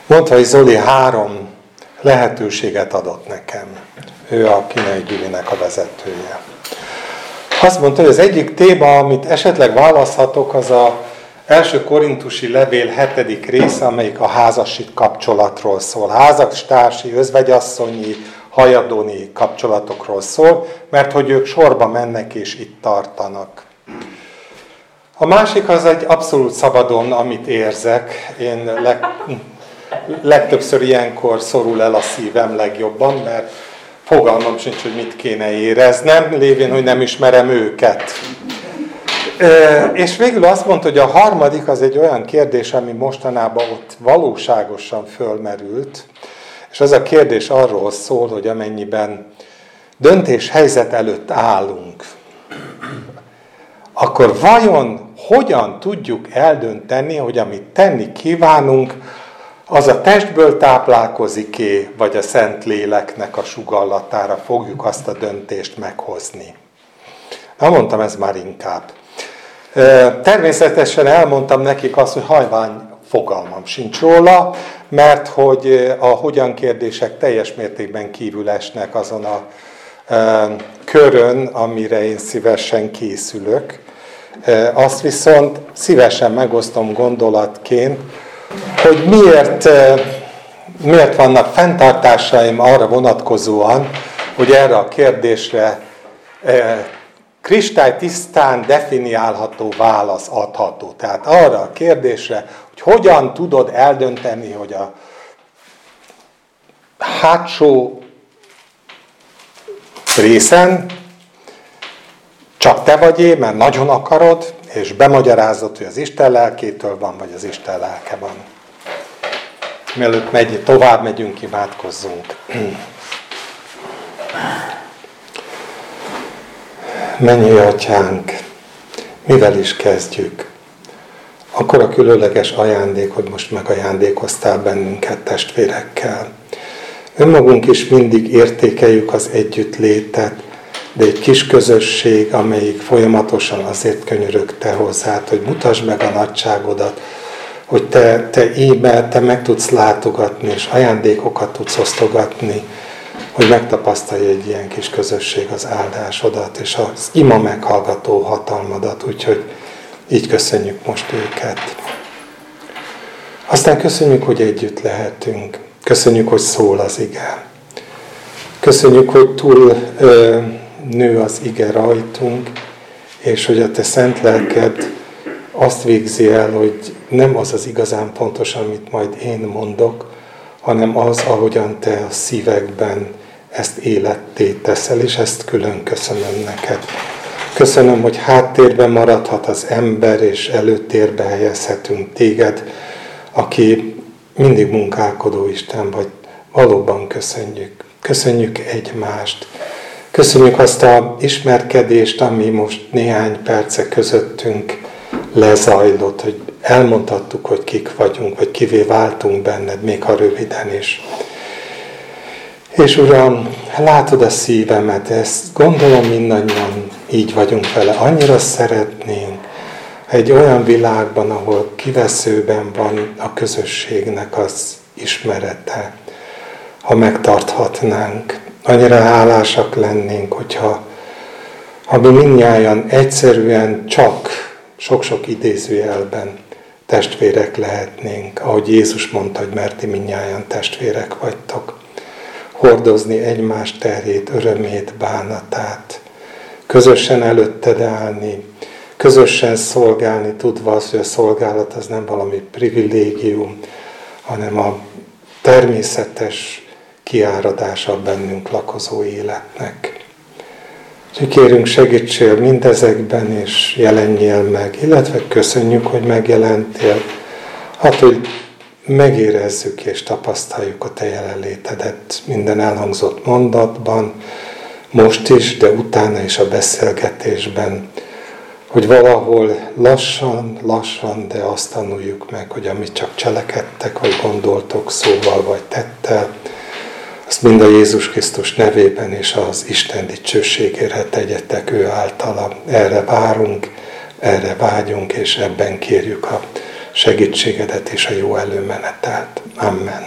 Mondvai Zoli 3 lehetőséget adott nekem. Ő a Kínai Gyülinek a vezetője. Azt mondta, hogy az egyik téma, amit esetleg választhatok, az az 1. Korintusi levél 7. része, amelyik a házasi kapcsolatról szól. Házastársi, özvegyasszonyi, hajadoni kapcsolatokról szól, mert hogy ők sorba mennek és itt tartanak. A másik az egy abszolút szabadon, amit érzek. Én legtöbbször ilyenkor szorul el a szívem legjobban, mert fogalmam sincs, hogy mit kéne éreznem, lévén, hogy nem ismerem őket. És végül azt mondta, hogy a harmadik az egy olyan kérdés, ami mostanában ott valóságosan fölmerült, és az a kérdés arról szól, hogy amennyiben döntéshelyzet előtt állunk, akkor vajon hogyan tudjuk eldönteni, hogy amit tenni kívánunk, az a testből táplálkozik-e, vagy a Szentléleknek a sugallatára fogjuk azt a döntést meghozni. Na, mondtam, ez már inkább. Természetesen elmondtam nekik azt, hogy hajvány fogalmam sincs róla, mert hogy a hogyan kérdések teljes mértékben kívül esnek azon a körön, amire én szívesen készülök. Azt viszont szívesen megosztom gondolatként, hogy miért vannak fenntartásaim arra vonatkozóan, hogy erre a kérdésre kristálytisztán definiálható válasz adható. Tehát arra a kérdésre, hogy hogyan tudod eldönteni, hogy a hátsó részen csak te vagy mert nagyon akarod, és bemagyarázod, hogy az Isten lelkétől van, vagy az Isten lelke van. Mielőtt tovább megyünk, imádkozzunk. Mennyei Atyánk, mivel is kezdjük? Akkor a különleges ajándék, hogy most megajándékoztál bennünket testvérekkel. Önmagunk is mindig értékeljük az együttlétet, de egy kis közösség, amelyik folyamatosan azért könyörög te hozzád, hogy mutasd meg a nagyságodat, hogy te meg tudsz látogatni, és ajándékokat tudsz osztogatni, hogy megtapasztalj egy ilyen kis közösség az áldásodat, és az ima meghallgató hatalmadat, úgyhogy így köszönjük most őket. Aztán köszönjük, hogy együtt lehetünk. Köszönjük, hogy szól az ige. Köszönjük, hogy túl nő az ige rajtunk, és hogy a te szent lelked azt végzi el, hogy nem az az igazán pontos, amit majd én mondok, hanem az, ahogyan te a szívekben ezt életté teszel, és ezt külön köszönöm neked. Köszönöm, hogy háttérben maradhat az ember, és előtérbe helyezhetünk téged, aki mindig munkálkodó Isten vagy. Valóban köszönjük. Köszönjük egymást. Köszönjük azt az ismerkedést, ami most néhány perce közöttünk lezajlott, hogy elmondhattuk, hogy kik vagyunk, vagy kivé váltunk benned, még ha röviden is. És Uram, látod a szívemet, ezt gondolom mindannyian így vagyunk vele. Annyira szeretnénk egy olyan világban, ahol kiveszőben van a közösségnek az ismerete, ha megtarthatnánk. Annyira hálásak lennénk, hogyha mi mindnyájan egyszerűen csak sok-sok idézőjelben testvérek lehetnénk, ahogy Jézus mondta, hogy mert ti mindnyájan testvérek vagytok. Hordozni egymás terhét, örömét, bánatát, közösen előtted állni, közösen szolgálni, tudva azt, hogy a szolgálat az nem valami privilégium, hanem a természetes kiáradása bennünk lakozó életnek. Úgyhogy kérünk, segítsél mindezekben, és jelenjél meg, illetve köszönjük, hogy megjelentél. Hát, hogy megérezzük és tapasztaljuk a te jelenlétedet minden elhangzott mondatban, most is, de utána is a beszélgetésben, hogy valahol lassan, de azt tanuljuk meg, hogy amit csak cselekedtek, vagy gondoltok szóval, vagy tettel, azt mind a Jézus Krisztus nevében és az Isten dicsőségére tegyetek ő általa. Erre várunk, erre vágyunk, és ebben kérjük a segítségedet és a jó előmenetelt. Amen.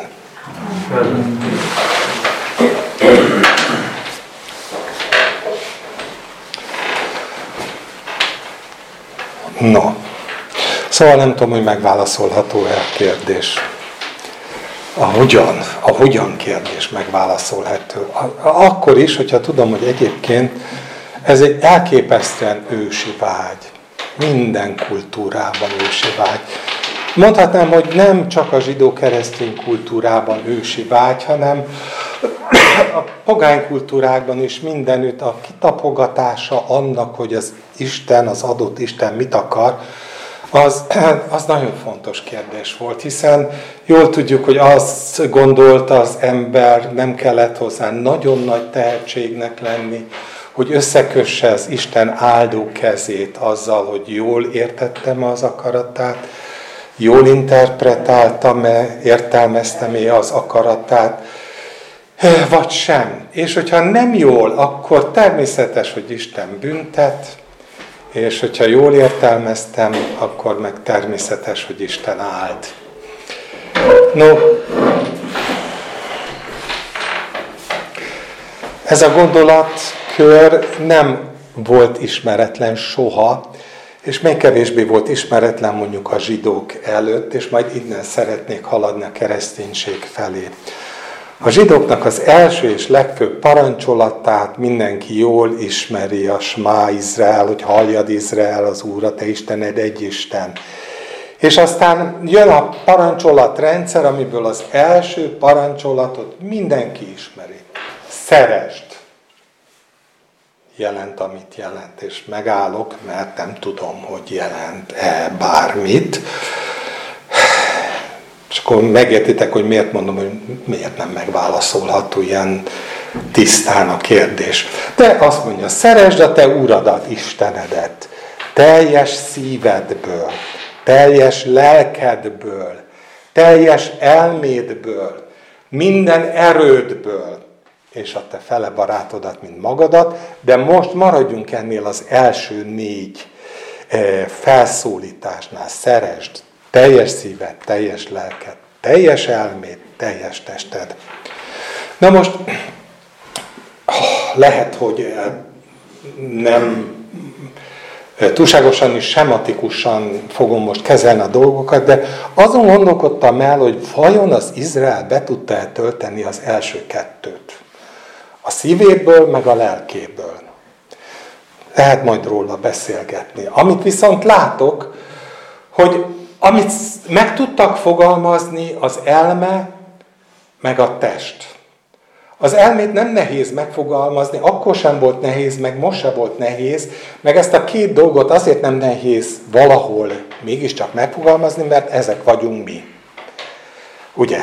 No, szóval nem tudom, hogy megválaszolható-e a kérdés. A hogyan kérdés megválaszolható. Akkor is, hogyha tudom, hogy egyébként ez egy elképesztően ősi vágy. Minden kultúrában ősi vágy. Mondhatnám, hogy nem csak a zsidó-keresztény kultúrában ősi vágy, hanem a pogány kultúrákban is mindenütt a kitapogatása annak, hogy az Isten, az adott Isten mit akar, az nagyon fontos kérdés volt, hiszen jól tudjuk, hogy azt gondolta az ember, nem kellett hozzá nagyon nagy tehetségnek lenni, hogy összekösse az Isten áldó kezét azzal, hogy jól értettem az akaratát, jól interpretáltam-e, értelmeztem-e az akaratát, vagy sem. És hogyha nem jól, akkor természetes, hogy Isten büntet, és hogyha jól értelmeztem, akkor meg természetes, hogy Isten áld. No, ez a gondolatkör nem volt ismeretlen soha, és még kevésbé volt ismeretlen mondjuk a zsidók előtt, és majd innen szeretnék haladni a kereszténység felé. A zsidóknak az első és legfőbb parancsolatát mindenki jól ismeri, a Smá Izrael, hogy halljad Izrael, az Úr, a te Istened egy Isten. És aztán jön a parancsolatrendszer, amiből az első parancsolatot mindenki ismeri. Szeresd. Jelent, amit jelent, és megállok, mert nem tudom, hogy jelent-e bármit. És akkor megértitek, hogy miért mondom, hogy miért nem megválaszolható ilyen tisztán a kérdés. De azt mondja, szeresd a te Uradat, Istenedet, teljes szívedből, teljes lelkedből, teljes elmédből, minden erődből, és a te fele barátodat, mint magadat, de most maradjunk ennél az első 4 felszólításnál. Szeresd teljes szíved, teljes lelked, teljes elméd, teljes tested. Na most, lehet, hogy nem túlságosan és sematikusan fogom most kezelni a dolgokat, de azon gondolkodtam el, hogy vajon az Izrael be tudta-e tölteni az első 2-t. A szívéből, meg a lelkéből. Lehet majd róla beszélgetni. Amit viszont látok, hogy amit meg tudtak fogalmazni az elme, meg a test. Az elmét nem nehéz megfogalmazni, akkor sem volt nehéz, meg most sem volt nehéz, meg ezt a 2 dolgot azért nem nehéz valahol mégiscsak megfogalmazni, mert ezek vagyunk mi. Ugye?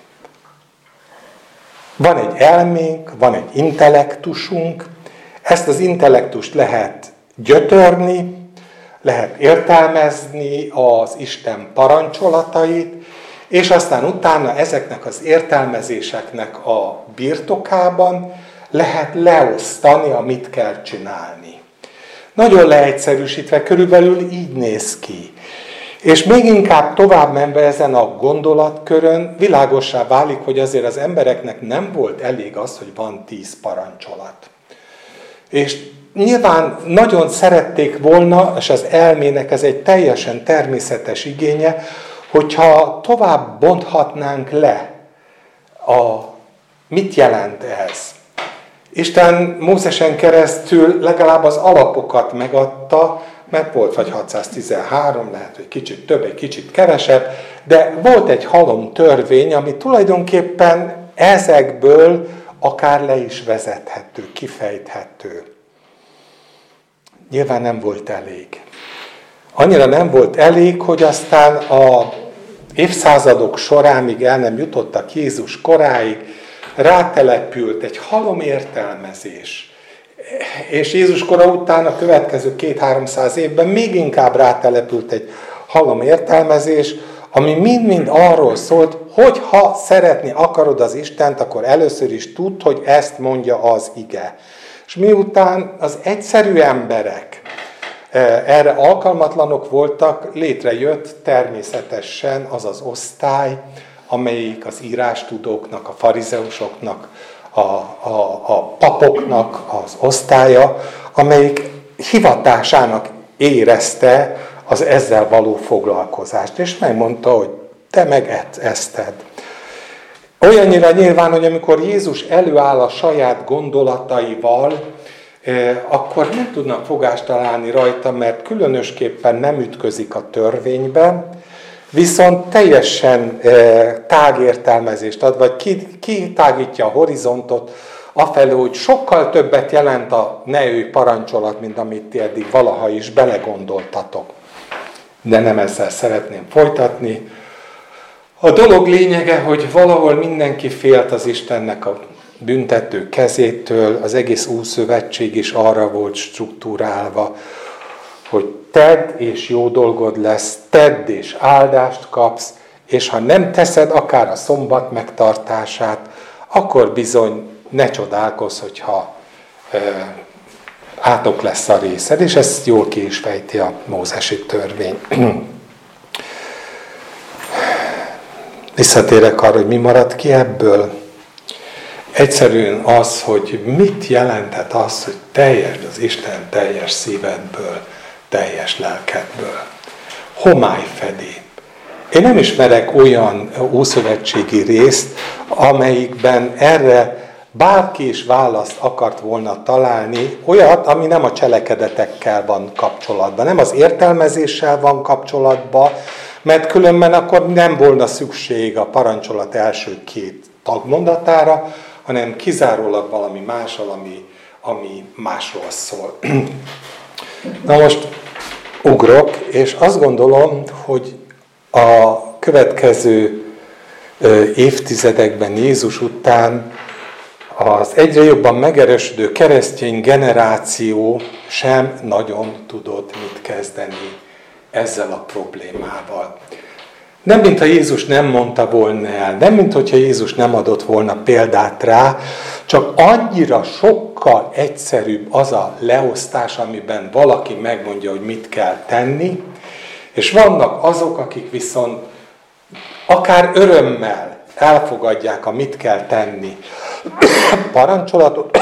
Van egy elménk, van egy intellektusunk, ezt az intellektust lehet gyötörni, lehet értelmezni az Isten parancsolatait, és aztán utána ezeknek az értelmezéseknek a birtokában lehet leosztani, amit kell csinálni. Nagyon leegyszerűsítve, körülbelül így néz ki. És még inkább tovább menve ezen a gondolatkörön világossá válik, hogy azért az embereknek nem volt elég az, hogy van 10 parancsolat. És nyilván nagyon szerették volna, és az elmének ez egy teljesen természetes igénye, hogyha tovább bonthatnánk le, mit jelent ez. Isten Mózesen keresztül legalább az alapokat megadta, mert volt vagy 613, lehet, hogy kicsit több, egy kicsit kevesebb, de volt egy halom törvény, ami tulajdonképpen ezekből akár le is vezethető, kifejthető. Nyilván nem volt elég. Annyira nem volt elég, hogy aztán a évszázadok során, míg el nem jutottak Jézus koráig, rátelepült egy halom értelmezés. És Jézus kora után a következő 200-300 évben még inkább rátelepült egy halom értelmezés, ami mind-mind arról szólt, hogy ha szeretni akarod az Istent, akkor először is tudd, hogy ezt mondja az ige. És miután az egyszerű emberek erre alkalmatlanok voltak, létrejött természetesen az az osztály, amelyik az írástudóknak, a farizeusoknak, a papoknak az osztálya, amelyik hivatásának érezte az ezzel való foglalkozást, és megmondta, hogy te meg ezt tedd. Olyannyira nyilván, hogy amikor Jézus előáll a saját gondolataival, akkor nem tudnak fogást találni rajta, mert különösképpen nem ütközik a törvénybe, viszont teljesen tágértelmezést ad, vagy kitágítja a horizontot afelől, hogy sokkal többet jelent a ne őj parancsolat, mint amit ti eddig valaha is belegondoltatok. De nem ezzel szeretném folytatni. A dolog lényege, hogy valahol mindenki félt az Istennek a büntető kezétől, az egész Ószövetség is arra volt struktúrálva, hogy tedd és jó dolgod lesz, tedd és áldást kapsz, és ha nem teszed akár a szombat megtartását, akkor bizony ne csodálkozz, hogyha átok lesz a részed, és ezt jól ki is fejti a mózesi törvény. Visszatérek arra, hogy mi maradt ki ebből. Egyszerűen az, hogy mit jelentett az, hogy teljesd az Isten teljes szívedből, teljes lelkedből. Homály fedi. Én nem ismerek olyan ószövetségi részt, amelyikben erre bárki is választ akart volna találni, olyat, ami nem a cselekedetekkel van kapcsolatban, nem az értelmezéssel van kapcsolatban, mert különben akkor nem volna szükség a parancsolat első két tagmondatára, hanem kizárólag valami mással, ami másról szól. Na most ugrok, és azt gondolom, hogy a következő évtizedekben Jézus után az egyre jobban megerősödő keresztény generáció sem nagyon tudott mit kezdeni ezzel a problémával. Nem, mintha Jézus nem mondta volna el, nem, mintha Jézus nem adott volna példát rá, csak annyira sokkal egyszerűbb az a leosztás, amiben valaki megmondja, hogy mit kell tenni, és vannak azok, akik viszont akár örömmel elfogadják a mit kell tenni parancsolatot,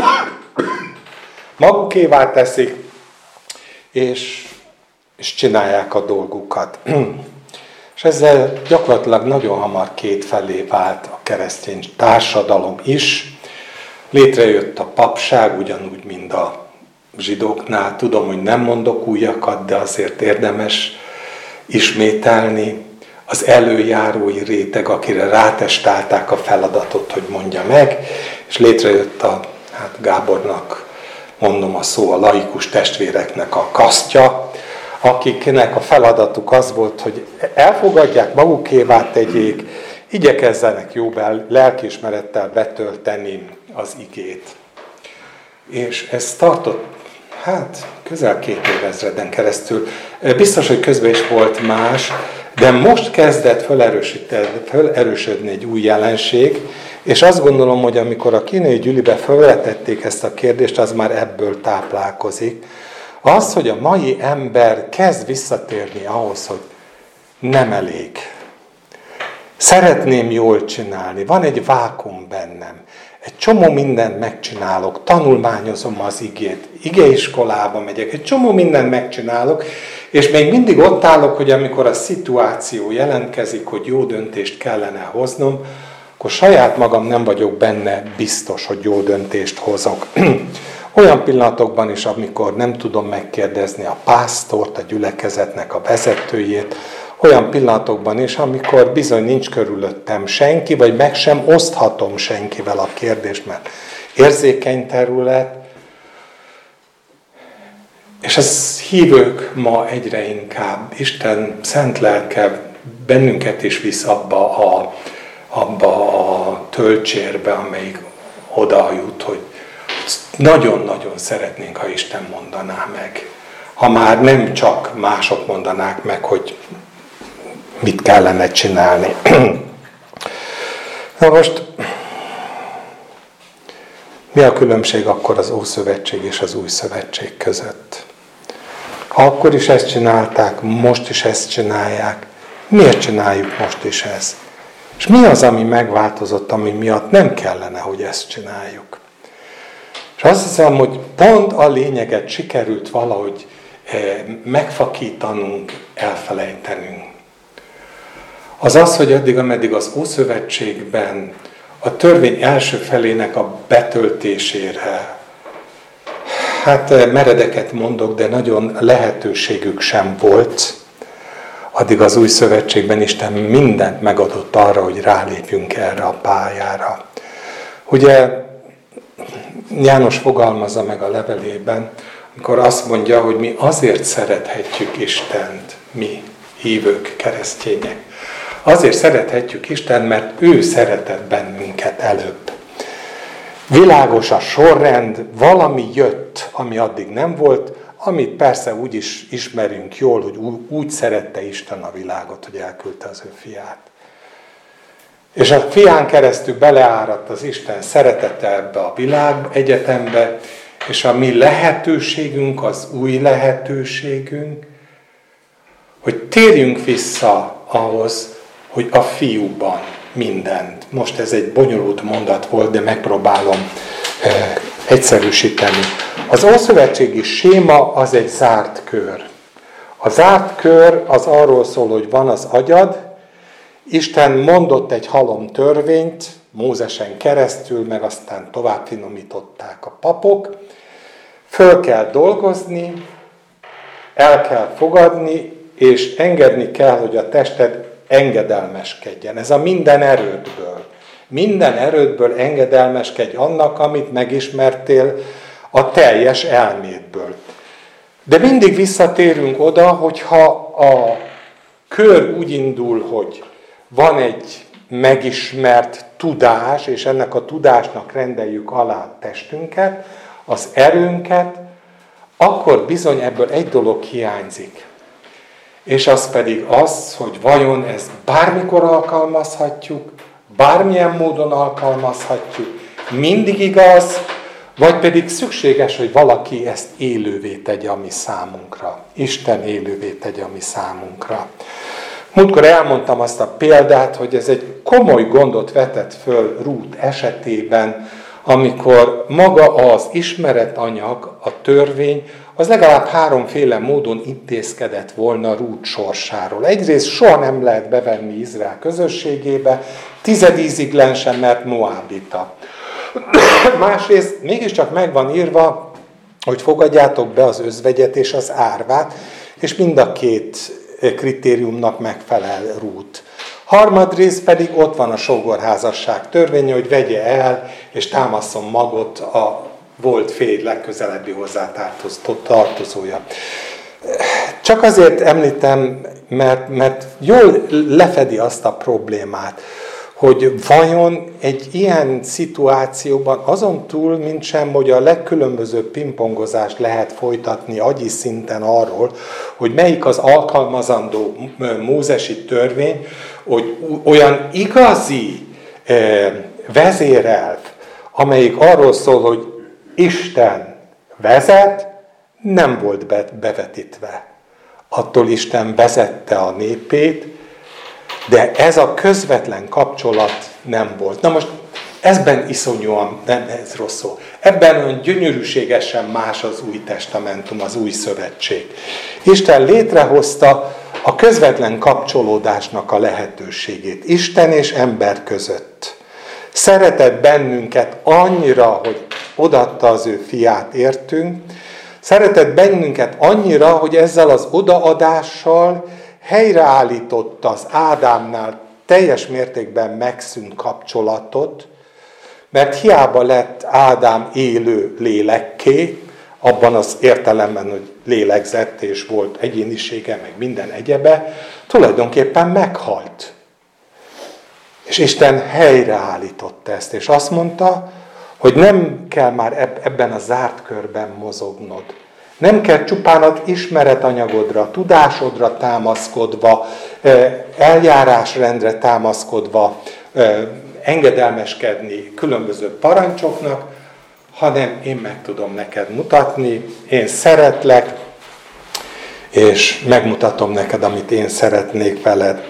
magukévá teszik, és csinálják a dolgukat. És ezzel gyakorlatilag nagyon hamar kétfelé vált a keresztény társadalom is. Létrejött a papság, ugyanúgy, mint a zsidóknál. Tudom, hogy nem mondok újakat, de azért érdemes ismételni. Az előjárói réteg, akire rátestálták a feladatot, hogy mondja meg, és létrejött Gábornak mondom a szó, a laikus testvéreknek a kasztja, akiknek a feladatuk az volt, hogy elfogadják, magukévá tegyék, igyekezzenek jó lelkiismerettel betölteni az igét. És ez tartott, közel 2 évezreden keresztül. Biztos, hogy közben is volt más, de most kezdett felerősödni egy új jelenség, és azt gondolom, hogy amikor a kínai gyülibe felvetették ezt a kérdést, az már ebből táplálkozik. Az, hogy a mai ember kezd visszatérni ahhoz, hogy nem elég. Szeretném jól csinálni, van egy vákum bennem. Egy csomó mindent megcsinálok, tanulmányozom az igét, igeiskolába megyek, egy csomó mindent megcsinálok, és még mindig ott állok, hogy amikor a szituáció jelentkezik, hogy jó döntést kellene hoznom, akkor saját magam nem vagyok benne biztos, hogy jó döntést hozok. Olyan pillanatokban is, amikor nem tudom megkérdezni a pásztort, a gyülekezetnek a vezetőjét, olyan pillanatokban is, amikor bizony nincs körülöttem senki, vagy meg sem oszthatom senkivel a kérdést, mert érzékeny terület. És ez hívők ma egyre inkább, Isten szent lelke bennünket is visz abba a tölcsérbe, amelyik oda jut, hogy nagyon-nagyon szeretnénk, ha Isten mondaná meg. Ha már nem csak mások mondanák meg, hogy mit kellene csinálni. Na most, mi a különbség akkor az Ószövetség és az Új Szövetség között? Akkor is ezt csinálták, most is ezt csinálják. Miért csináljuk most is ezt? És mi az, ami megváltozott, ami miatt nem kellene, hogy ezt csináljuk? És azt hiszem, hogy pont a lényeget sikerült valahogy megfakítanunk, elfelejtenünk. Az az, hogy addig, ameddig az Ószövetségben a törvény első felének a betöltésére, hát meredeket mondok, de nagyon lehetőségük sem volt, addig az Új Szövetségben Isten mindent megadott arra, hogy rálépjünk erre a pályára. Ugye János fogalmazza meg a levelében, amikor azt mondja, hogy mi azért szerethetjük Istent, mi hívők, keresztények. Azért szerethetjük Istent, mert ő szeretett bennünket előbb. Világos a sorrend, valami jött, ami addig nem volt, amit persze úgy is ismerünk jól, hogy úgy szerette Isten a világot, hogy elküldte az ő fiát. És a fián keresztül beleáradt az Isten szeretete ebbe a világ egyetembe, és a mi lehetőségünk, az új lehetőségünk, hogy térjünk vissza ahhoz, hogy a fiúban mindent. Most ez egy bonyolult mondat volt, de megpróbálom egyszerűsíteni. Az ószövetségi séma az egy zárt kör. A zárt kör az arról szól, hogy van az agyad, Isten mondott egy halom törvényt, Mózesen keresztül, meg aztán tovább finomították a papok. Föl kell dolgozni, el kell fogadni, és engedni kell, hogy a tested engedelmeskedjen. Ez a minden erődből. Minden erődből engedelmeskedj annak, amit megismertél a teljes elmédből. De mindig visszatérünk oda, hogyha a kör úgy indul, hogy van egy megismert tudás, és ennek a tudásnak rendeljük alá a testünket, az erőnket, akkor bizony ebből egy dolog hiányzik. És az pedig az, hogy vajon ezt bármikor alkalmazhatjuk, bármilyen módon alkalmazhatjuk, mindig igaz, vagy pedig szükséges, hogy valaki ezt élővé tegye a mi számunkra. Isten élővé tegye a mi számunkra. Múltkor elmondtam azt a példát, hogy ez egy komoly gondot vetett föl Rút esetében, amikor maga az ismeretanyag, a törvény, az legalább háromféle módon intézkedett volna Rút sorsáról. Egyrészt soha nem lehet bevenni Izrael közösségébe, 10 ízig sem, mert Moábita. Másrészt mégiscsak meg van írva, hogy fogadjátok be az özvegyet és az árvát, és mind a két kritériumnak megfelel Rút. Harmadrészt pedig ott van a sógorházasság törvénye, hogy vegye el, és támaszon magot a volt férj legközelebbi hozzátartozója. Csak azért említem, mert jól lefedi azt a problémát, hogy vajon egy ilyen szituációban azon túl, mint sem, hogy a legkülönbözőbb pingpongozást lehet folytatni agyi szinten arról, hogy melyik az alkalmazandó mózesi törvény, hogy olyan igazi vezérelv, amelyik arról szól, hogy Isten vezet, nem volt bevetítve. Attól Isten vezette a népét, de ez a közvetlen kapcsolat nem volt. Na most ezben iszonyúan, nem ez rossz szó, ebben olyan gyönyörűségesen más az Új Testamentum, az Új Szövetség. Isten létrehozta a közvetlen kapcsolódásnak a lehetőségét Isten és ember között. Szeretett bennünket annyira, hogy odaadta az ő fiát értünk, szeretett bennünket annyira, hogy ezzel az odaadással helyreállította az Ádámnál teljes mértékben megszűnt kapcsolatot, mert hiába lett Ádám élő lélekké, abban az értelemben, hogy lélegzett és volt egyénisége, meg minden egyebe, tulajdonképpen meghalt. És Isten helyreállította ezt, és azt mondta, hogy nem kell már ebben a zárt körben mozognod. Nem kell csupán az ismeretanyagodra, tudásodra támaszkodva, eljárásrendre támaszkodva engedelmeskedni különböző parancsoknak, hanem én meg tudom neked mutatni, én szeretlek, és megmutatom neked, amit én szeretnék veled.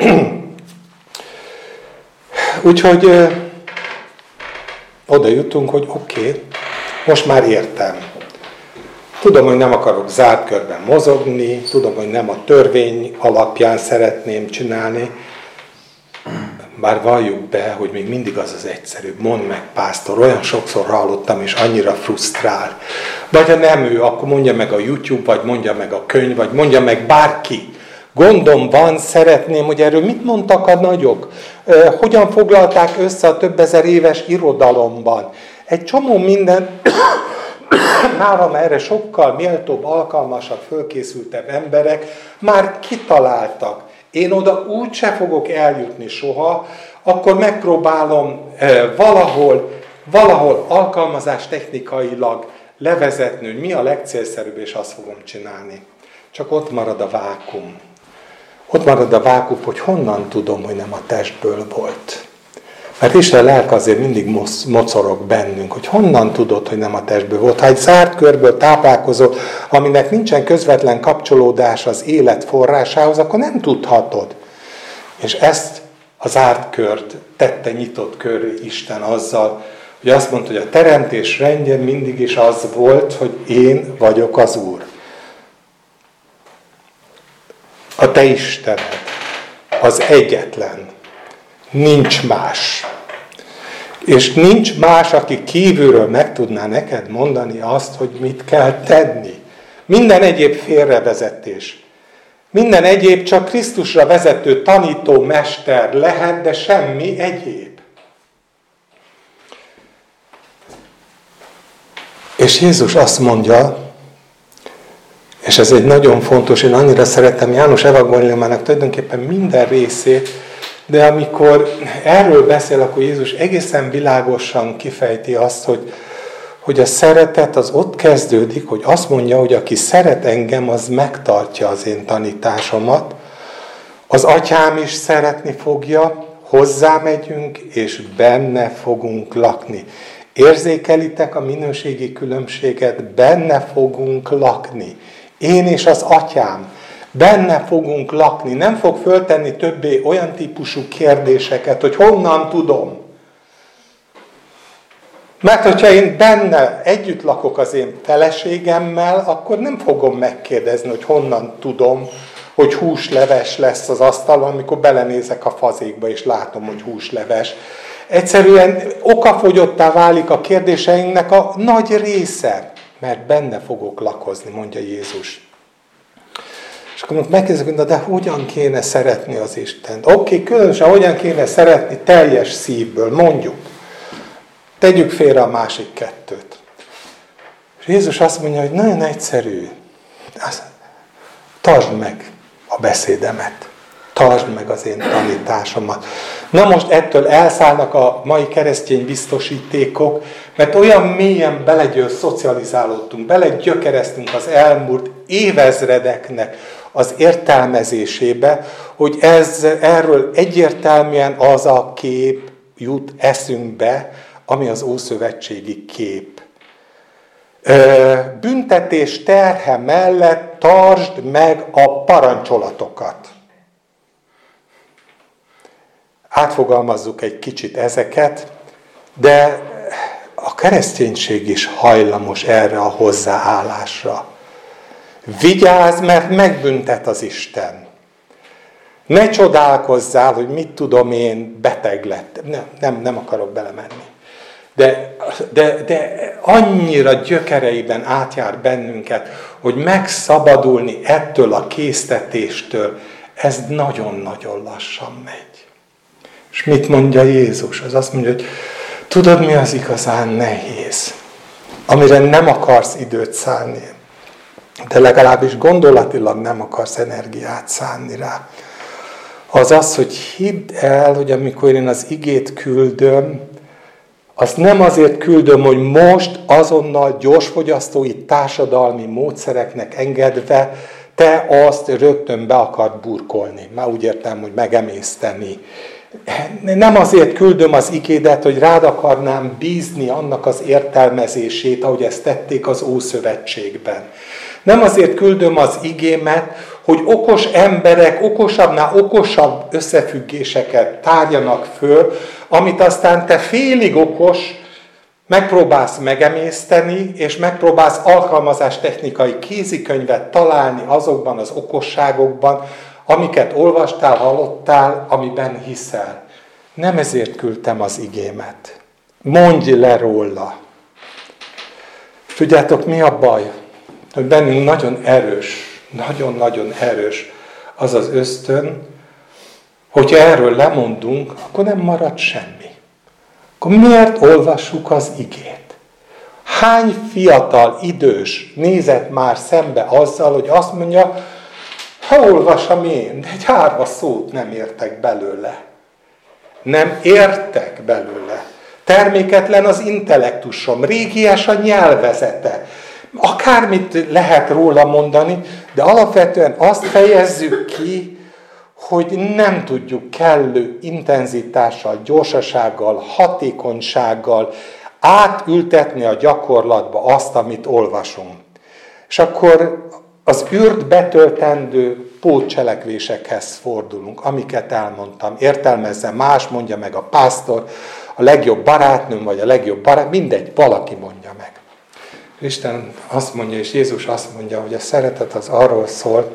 Úgyhogy oda jutunk, hogy oké, most már értem. Tudom, hogy nem akarok zárt körben mozogni, tudom, hogy nem a törvény alapján szeretném csinálni, bár valljuk be, hogy még mindig az az egyszerűbb. Mondd meg, pásztor, olyan sokszor hallottam, és annyira frusztrál. Vagy ha nem ő, akkor mondja meg a YouTube, vagy mondja meg a könyv, vagy mondja meg bárki. Gondom van, szeretném, hogy erről mit mondtak a nagyok? Hogyan foglalták össze a több ezer éves irodalomban? Egy csomó minden, nálam erre sokkal méltóbb, alkalmasabb, fölkészültebb emberek már kitaláltak. Én oda úgyse fogok eljutni soha, akkor megpróbálom valahol alkalmazás technikailag levezetni, hogy mi a legcélszerűbb, és azt fogom csinálni. Csak ott marad a vákum. Ott marad a vákum, hogy honnan tudom, hogy nem a testből volt. Mert Isten lelke azért mindig mocorog bennünk, hogy honnan tudod, hogy nem a testből volt. Ha egy zárt körből táplálkozol, aminek nincsen közvetlen kapcsolódás az élet forrásához, akkor nem tudhatod. És ezt a zárt kört tette nyitott körré Isten azzal, hogy azt mondta, hogy a teremtés rendje mindig is az volt, hogy én vagyok az Úr. A te Istened az egyetlen. Nincs más. És nincs más, aki kívülről meg tudná neked mondani azt, hogy mit kell tenni. Minden egyéb félrevezetés. Minden egyéb csak Krisztusra vezető tanító mester lehet, de semmi egyéb. És Jézus azt mondja, és ez egy nagyon fontos, én annyira szeretem János evangéliumának tulajdonképpen minden részét, de amikor erről beszél, akkor Jézus egészen világosan kifejti azt, hogy a szeretet az ott kezdődik, hogy azt mondja, hogy aki szeret engem, az megtartja az én tanításomat. Az atyám is szeretni fogja, hozzámegyünk, és benne fogunk lakni. Érzékelitek a minőségi különbséget? Benne fogunk lakni. Én és az atyám. Benne fogunk lakni. Nem fog föltenni többé olyan típusú kérdéseket, hogy honnan tudom. Mert hogyha én benne együtt lakok az én feleségemmel, akkor nem fogom megkérdezni, hogy honnan tudom, hogy húsleves lesz az asztalon, amikor belenézek a fazékba, és látom, hogy húsleves. Egyszerűen okafogyottá válik a kérdéseinknek a nagy része, mert benne fogok lakozni, mondja Jézus. És akkor megkérdezik, de hogyan kéne szeretni az Istent? Oké, különösen hogyan kéne szeretni teljes szívből, mondjuk. Tegyük félre a másik kettőt. És Jézus azt mondja, hogy nagyon egyszerű. Tartsd meg a beszédemet. Tartsd meg az én tanításomat. Na most ettől elszállnak a mai keresztény biztosítékok, mert olyan mélyen szocializálódtunk, belegyökereztünk az elmúlt évezredeknek az értelmezésébe, hogy erről egyértelműen az a kép jut eszünkbe, ami az ószövetségi kép. Büntetés terhe mellett tartsd meg a parancsolatokat. Átfogalmazzuk egy kicsit ezeket, de a kereszténység is hajlamos erre a hozzáállásra. Vigyázz, mert megbüntet az Isten. Ne csodálkozzál, hogy mit tudom én, beteg lettem. Nem akarok belemenni. De annyira gyökereiben átjár bennünket, hogy megszabadulni ettől a késztetéstől, ez nagyon-nagyon lassan megy. És mit mondja Jézus? Az azt mondja, hogy tudod, mi az igazán nehéz, amire nem akarsz időt szánni, de legalábbis gondolatilag nem akarsz energiát szánni rá. Az az, hogy hidd el, hogy amikor én az igét küldöm, azt nem azért küldöm, hogy most azonnal gyorsfogyasztói társadalmi módszereknek engedve te azt rögtön be akart burkolni. Már úgy értem, hogy megemészteni. Nem azért küldöm az igédet, hogy rád akarnám bízni annak az értelmezését, ahogy ezt tették az Ószövetségben. Nem azért küldöm az igémet, hogy okos emberek okosabbnál okosabb összefüggéseket tárjanak föl, amit aztán te félig okos megpróbálsz megemészteni, és megpróbálsz alkalmazástechnikai kézikönyvet találni azokban az okosságokban, amiket olvastál, hallottál, amiben hiszel. Nem ezért küldtem az igémet. Mondj le róla. Tudjátok, mi a baj? Hogy bennünk nagyon erős, nagyon-nagyon erős az az ösztön, hogyha erről lemondunk, akkor nem marad semmi. Akkor miért olvassuk az igét? Hány fiatal, idős nézett már szembe azzal, hogy azt mondja, ha olvasom én, de egy árva szót nem értek belőle. Nem értek belőle. Terméketlen az intellektusom, régies a nyelvezete. Akármit lehet róla mondani, de alapvetően azt fejezzük ki, hogy nem tudjuk kellő intenzitással, gyorsasággal, hatékonysággal átültetni a gyakorlatba azt, amit olvasunk. És akkor az űrt betöltendő pótcselekvésekhez fordulunk, amiket elmondtam. Értelmezze más, mondja meg a pásztor, a legjobb barátnőm, vagy a legjobb barát, mindegy, valaki mondja meg. Isten azt mondja, és Jézus azt mondja, hogy a szeretet az arról szól,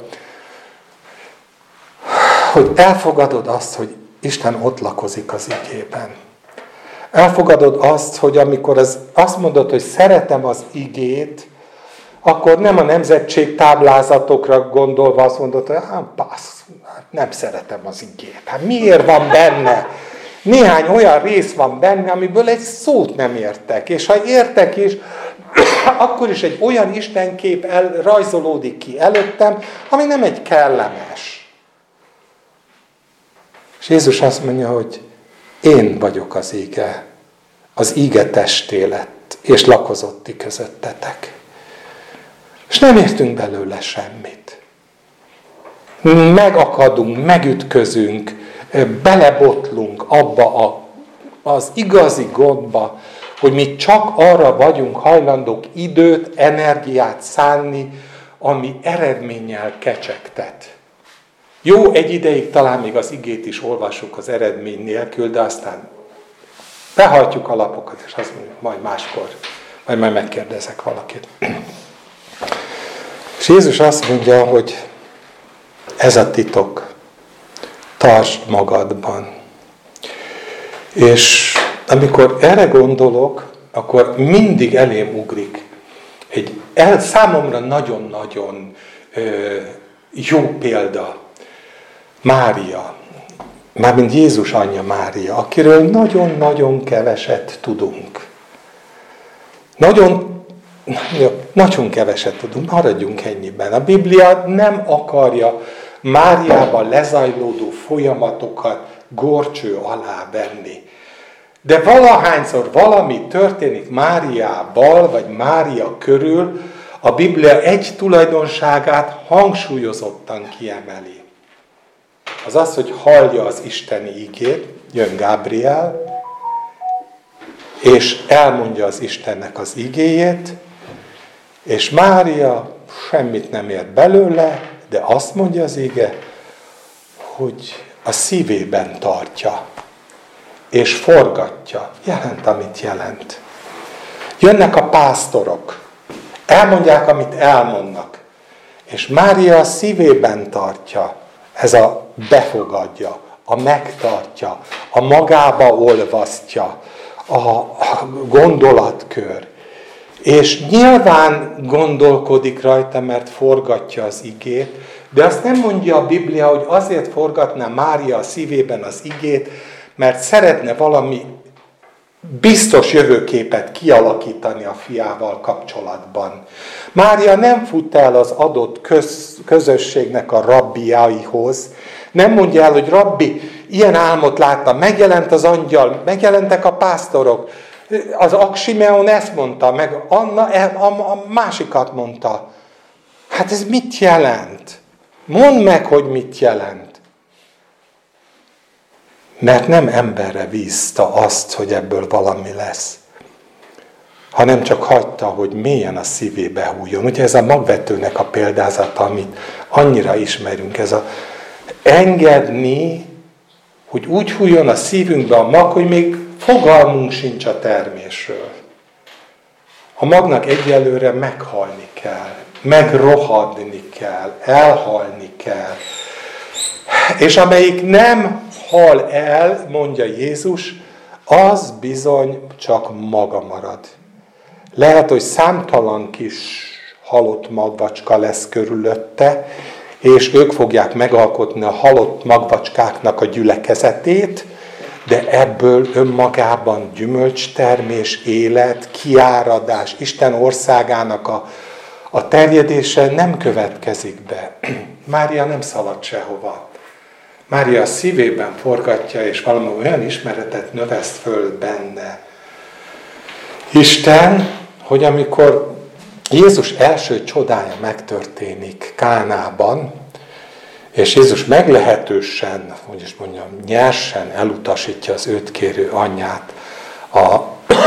hogy elfogadod azt, hogy Isten ott lakozik az igében. Elfogadod azt, hogy amikor azt mondod, hogy szeretem az igét, akkor nem a nemzetség táblázatokra gondolva azt mondod, hogy nem szeretem az igét. Hát miért van benne? Néhány olyan rész van benne, amiből egy szót nem értek. És ha értek is, akkor is egy olyan istenkép rajzolódik ki előttem, ami nem egy kellemes. És Jézus azt mondja, hogy én vagyok az íge testé lett, és lakozott ti közöttetek. És nem értünk belőle semmit. Megakadunk, megütközünk, belebotlunk abba az igazi gondba, hogy mi csak arra vagyunk hajlandók időt, energiát szánni, ami eredménnyel kecsegtet. Jó, egy ideig talán még az igét is olvassuk az eredmény nélkül, de aztán behajtjuk a lapokat, és azt mondjuk, majd máskor, majd megkérdezek valakit. És Jézus azt mondja, hogy ez a titok, tartsd magadban. És amikor erre gondolok, akkor mindig elém ugrik egy számomra nagyon-nagyon jó példa, Mária, mármint Jézus anyja Mária, akiről nagyon-nagyon keveset tudunk. Nagyon keveset tudunk, maradjunk ennyiben. A Biblia nem akarja Máriában lezajlódó folyamatokat górcső alá venni. De valahányszor valami történik Máriával, vagy Mária körül, a Biblia egy tulajdonságát hangsúlyozottan kiemeli. Az az, hogy hallja az isteni igét, jön Gábriel, és elmondja az Istennek az igéjét, és Mária semmit nem ért belőle, de azt mondja az ige, hogy a szívében tartja, és forgatja. Jelent, amit jelent. Jönnek a pásztorok, elmondják, amit elmondnak, és Mária a szívében tartja, ez a befogadja, a megtartja, a magába olvasztja, a gondolatkör. És nyilván gondolkodik rajta, mert forgatja az igét, de azt nem mondja a Biblia, hogy azért forgatná Mária a szívében az igét, mert szeretne valami biztos jövőképet kialakítani a fiával kapcsolatban. Mária nem fut el az adott közösségnek a rabbiaihoz, nem mondja el, hogy rabbi, ilyen álmot láttam, megjelent az angyal, megjelentek a pásztorok, az Aksimeon ezt mondta, meg Anna a másikat mondta. Hát ez mit jelent? Mondd meg, hogy mit jelent. Mert nem emberre bízta azt, hogy ebből valami lesz, hanem csak hagyta, hogy mélyen a szívébe hújjon. Ugye ez a magvetőnek a példázata, amit annyira ismerünk, ez a engedni, hogy úgy hújjon a szívünkbe a mag, hogy még fogalmunk sincs a termésről. A magnak egyelőre meghalni kell, megrohadni kell, elhalni kell. És amelyik nem hal el, mondja Jézus, az bizony csak maga marad. Lehet, hogy számtalan kis halott magvacska lesz körülötte, és ők fogják megalkotni a halott magvacskáknak a gyülekezetét, de ebből önmagában gyümölcstermés, élet, kiáradás, Isten országának a terjedése nem következik be. Mária nem szalad sehova. Mária a szívében forgatja, és valami olyan ismeretet növeszt föl benne. Isten, hogy amikor Jézus első csodája megtörténik Kánában, és Jézus meglehetősen, hogy is mondjam, nyersen elutasítja az őt kérő anyját a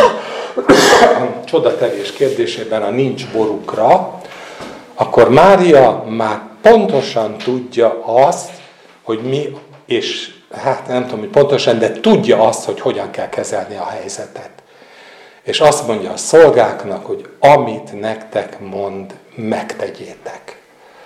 csodatevés kérdésében a nincs borukra, akkor Mária már pontosan tudja azt, hogy mi, és hát nem tudom, hogy pontosan, de tudja azt, hogy hogyan kell kezelni a helyzetet. És azt mondja a szolgáknak, hogy amit nektek mond, megtegyétek.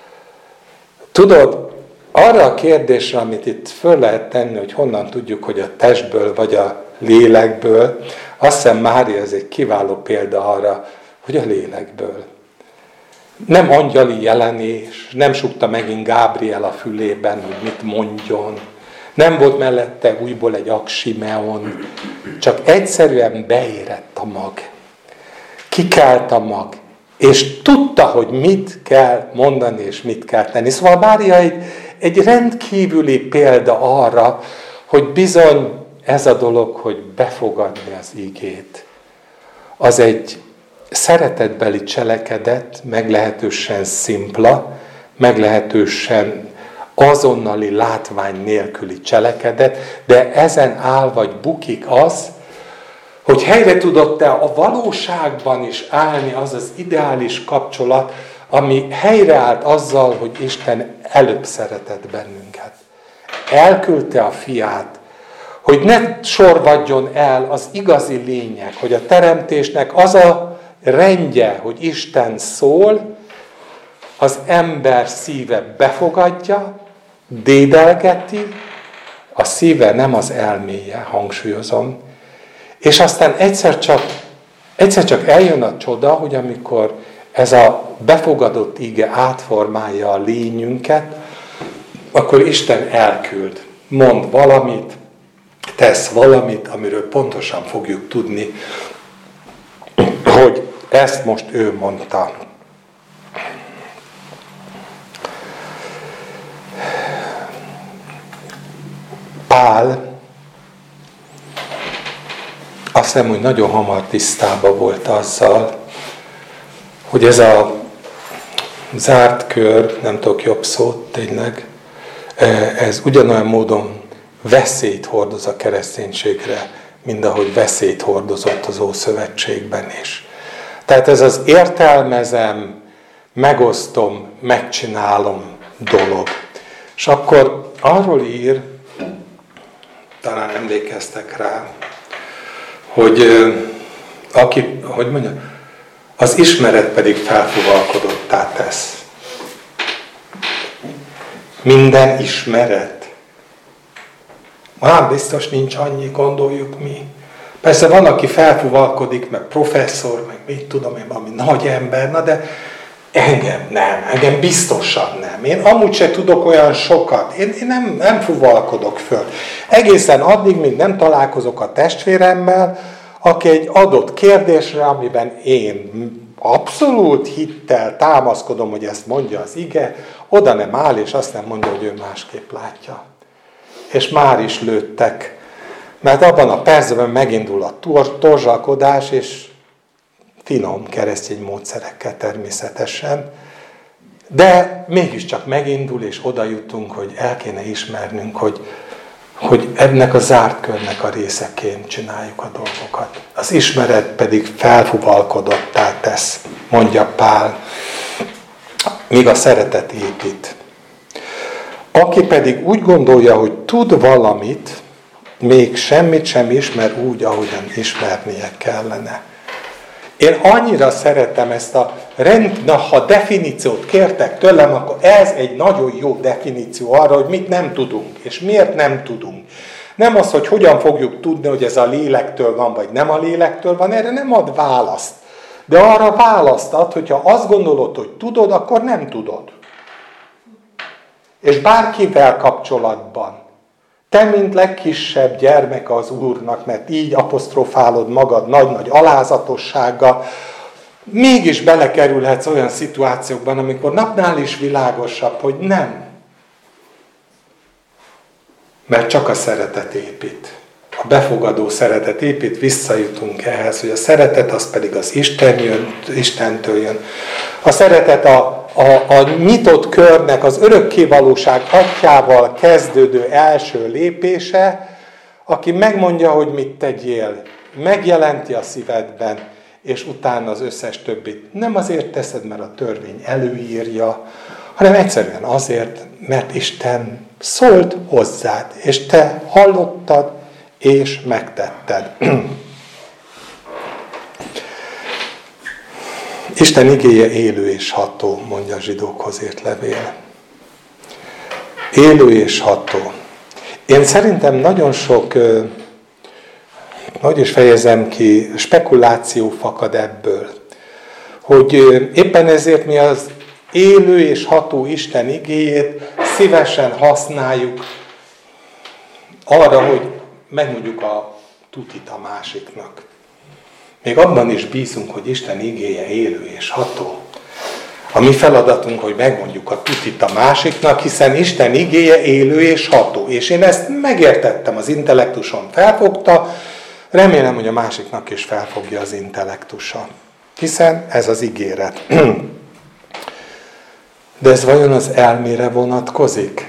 Tudod, arra a kérdésre, amit itt föl lehet tenni, hogy honnan tudjuk, hogy a testből vagy a lélekből, azt hiszem Mária ez egy kiváló példa arra, hogy a lélekből. Nem angyali jelenés, nem sukta megint Gábriel a fülében, hogy mit mondjon. Nem volt mellette újból egy Aksimeon, csak egyszerűen beérett a mag. Kikelt a mag, és tudta, hogy mit kell mondani, és mit kell tenni. Szóval Mária egy rendkívüli példa arra, hogy bizony ez a dolog, hogy befogadni az igét, az egy szeretetbeli cselekedet, meglehetősen szimpla, meglehetősen azonnali látvány nélküli cselekedet, de ezen áll vagy bukik az, hogy helyre tudott-e a valóságban is állni az az ideális kapcsolat, ami helyreállt azzal, hogy Isten előbb szeretett bennünket. Elküldte a fiát, hogy ne sorvadjon el az igazi lényeg, hogy a teremtésnek az a rendje, hogy Isten szól, az ember szíve befogadja, dédelgeti, a szíve nem az elméje, hangsúlyozom, és aztán egyszer csak eljön a csoda, hogy amikor ez a befogadott ige átformálja a lényünket, akkor Isten elküld, mond valamit, tesz valamit, amiről pontosan fogjuk tudni, hogy ezt most ő mondta. Pál azt hiszem, hogy nagyon hamar tisztában volt azzal, hogy ez a zárt kör, nem tudok jobb szót tényleg, ez ugyanolyan módon veszélyt hordoz a kereszténységre, mint ahogy veszélyt hordozott az Ószövetségben is. Tehát ez az értelmezem, megosztom, megcsinálom dolog. És akkor arról ír, talán emlékeztek rá, hogy az ismeret pedig felfúvalkodottá tesz. Minden ismeret. Biztos nincs annyi, gondoljuk mi. Persze van, aki felfúvalkodik, meg professzor, meg mit tudom én, valami nagy ember, na de engem nem, engem biztosan nem. Én amúgy se tudok olyan sokat, én nem fúvalkodok föl. Egészen addig, míg nem találkozok a testvéremmel, aki egy adott kérdésre, amiben én abszolút hittel támaszkodom, hogy ezt mondja az ige, oda nem áll, és azt nem mondja, hogy ő másképp látja. És már is lőttek, mert abban a percben megindul a torzsalkodás, és finom keresztény módszerekkel természetesen, De mégiscsak megindul, és oda jutunk, hogy el kéne ismernünk, hogy ennek a zárt körnek a részeként csináljuk a dolgokat. Az ismeret pedig felfuvalkodottá tesz, mondja Pál, míg a szeretet épít. Aki pedig úgy gondolja, hogy tud valamit, még semmit sem ismer úgy, ahogyan ismernie kellene. Én annyira szeretem ezt ha definíciót kértek tőlem, akkor ez egy nagyon jó definíció arra, hogy mit nem tudunk, és miért nem tudunk. Nem az, hogy hogyan fogjuk tudni, hogy ez a lélektől van, vagy nem a lélektől van, erre nem ad választ. De arra választ ad, hogyha azt gondolod, hogy tudod, akkor nem tudod. És bárkivel kapcsolatban, te, mint legkisebb gyermeke az Úrnak, mert így apostrofálod magad nagy-nagy alázatossággal, mégis belekerülhetsz olyan szituációkban, amikor napnál is világosabb, hogy nem. Mert csak a szeretet épít. A befogadó szeretet épít, visszajutunk ehhez, hogy a szeretet az pedig az Istentől jön. A szeretet a nyitott körnek, az örökkévalóság atyával kezdődő első lépése, aki megmondja, hogy mit tegyél, megjelenti a szívedben, és utána az összes többit. Nem azért teszed, mert a törvény előírja, hanem egyszerűen azért, mert Isten szólt hozzád, és te hallottad, és megtetted. Isten igéje élő és ható, mondja a zsidókhoz írt levél. Élő és ható. Én szerintem nagyon sok, hogy is fejezem ki, spekuláció fakad ebből. Hogy éppen ezért mi az élő és ható Isten igéjét szívesen használjuk arra, hogy megmondjuk a tutit a másiknak. Még abban is bízunk, hogy Isten igéje élő és ható. A mi feladatunk, hogy megmondjuk a tutit a másiknak, hiszen Isten igéje élő és ható. És én ezt megértettem, az intellektusom felfogta, remélem, hogy a másiknak is felfogja az intellektusa. Hiszen ez az ígéret. De ez vajon az elmére vonatkozik?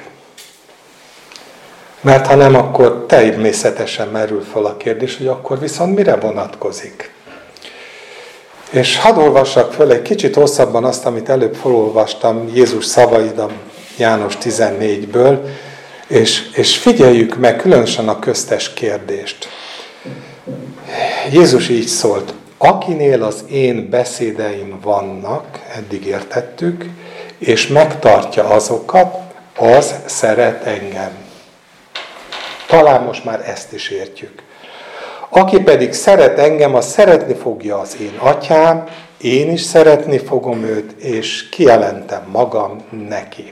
Mert ha nem, akkor természetesen merül fel a kérdés, hogy akkor viszont mire vonatkozik? És hadd olvassak föl egy kicsit hosszabban azt, amit előbb felolvastam Jézus szavaid a János 14-ből, és figyeljük meg különösen a köztes kérdést. Jézus így szólt, akinél az én beszédeim vannak, eddig értettük, és megtartja azokat, az szeret engem. Talán most már ezt is értjük. Aki pedig szeret engem, az szeretni fogja az én atyám, én is szeretni fogom őt, és kijelentem magam neki.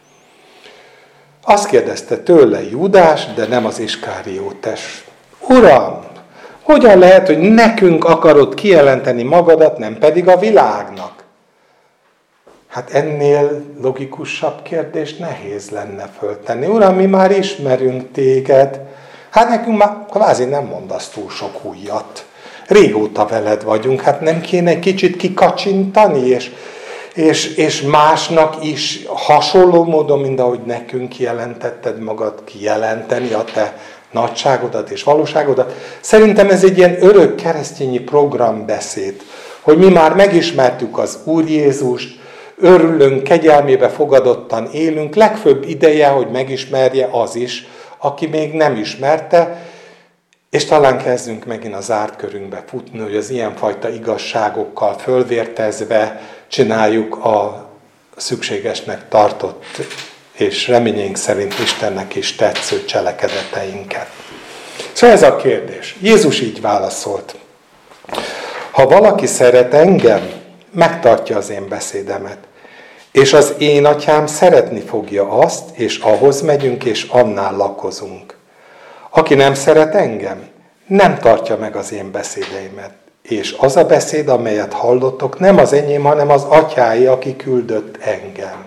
Azt kérdezte tőle Júdás, de nem az Iskáriótes. Uram, hogyan lehet, hogy nekünk akarod kijelenteni magadat, nem pedig a világnak? Hát ennél logikusabb kérdést nehéz lenne föltenni. Uram, mi már ismerünk téged. Hát nekünk már kvázi nem mondasz túl sok újat. Régóta veled vagyunk, hát nem kéne egy kicsit kikacsintani, és másnak is hasonló módon, mint ahogy nekünk kijelentetted magad, kijelenteni a te nagyságodat és valóságodat. Szerintem ez egy ilyen örök keresztényi programbeszéd, hogy mi már megismertük az Úr Jézust, örülünk, kegyelmébe fogadottan élünk, legfőbb ideje, hogy megismerje az is, aki még nem ismerte, és talán kezdünk megint a zárt körünkbe futni, hogy az ilyenfajta igazságokkal fölvértezve csináljuk a szükségesnek tartott, és reményeink szerint Istennek is tetsző cselekedeteinket. Szóval ez a kérdés. Jézus így válaszolt. Ha valaki szeret engem, megtartja az én beszédemet. És az én atyám szeretni fogja azt, és ahhoz megyünk, és annál lakozunk. Aki nem szeret engem, nem tartja meg az én beszédeimet. És az a beszéd, amelyet hallottok, nem az enyém, hanem az atyáé, aki küldött engem.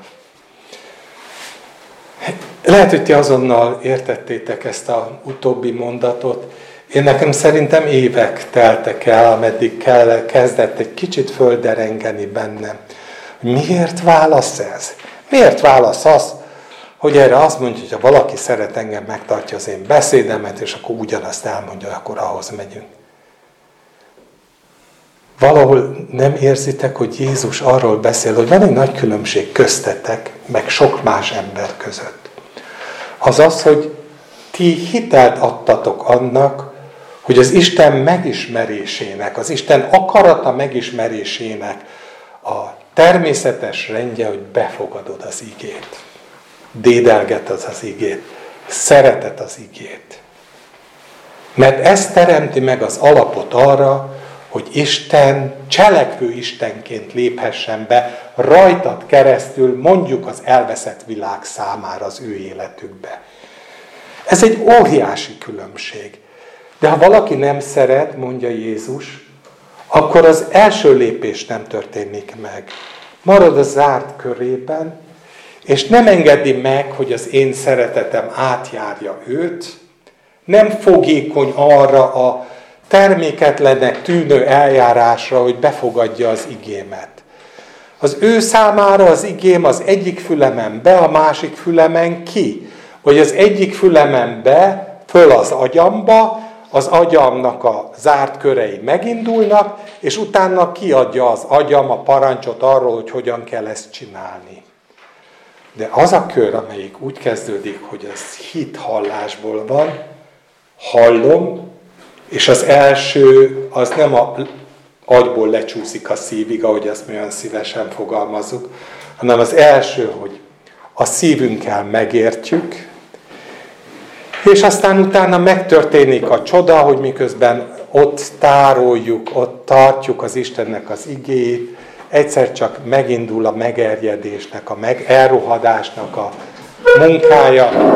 Lehet, hogy ti azonnal értettétek ezt az utóbbi mondatot. Én nekem szerintem évek teltek el, ameddig kezdett egy kicsit földerengeni bennem. Miért válasz ez? Miért válasz az, hogy erre azt mondja, hogy ha valaki szeret engem, megtartja az én beszédemet, és akkor ugyanazt elmondja, akkor ahhoz megyünk. Valahol nem érzitek, hogy Jézus arról beszél, hogy van egy nagy különbség köztetek, meg sok más ember között. Az az, hogy ti hitelt adtatok annak, hogy az Isten megismerésének, az Isten akarata megismerésének a természetes rendje, hogy befogadod az igét. Dédelgeted az igét. Szereted az igét. Mert ez teremti meg az alapot arra, hogy Isten cselekvő Istenként léphessen be rajtad keresztül, mondjuk az elveszett világ számára az ő életükbe. Ez egy óriási különbség. De ha valaki nem szeret, mondja Jézus, akkor az első lépés nem történik meg. Marad a zárt körében, és nem engedi meg, hogy az én szeretetem átjárja őt, nem fogékony arra a terméketlennek tűnő eljárásra, hogy befogadja az igémet. Az ő számára az igém az egyik fülemen be, a másik fülemen ki. Vagy az egyik fülemen be, föl az agyamba, az agyamnak a zárt körei megindulnak, és utána kiadja az agyam a parancsot arról, hogy hogyan kell ezt csinálni. De az a kör, amelyik úgy kezdődik, hogy az hit-hallásból van, hallom, és az első, az nem az agyból lecsúszik a szívig, ahogy azt mi olyan szívesen fogalmazzuk, hanem az első, hogy a szívünkkel megértjük, és aztán utána megtörténik a csoda, hogy miközben ott tároljuk, ott tartjuk az Istennek az igéjét, egyszer csak megindul a megerjedésnek, a elrohadásnak a munkája,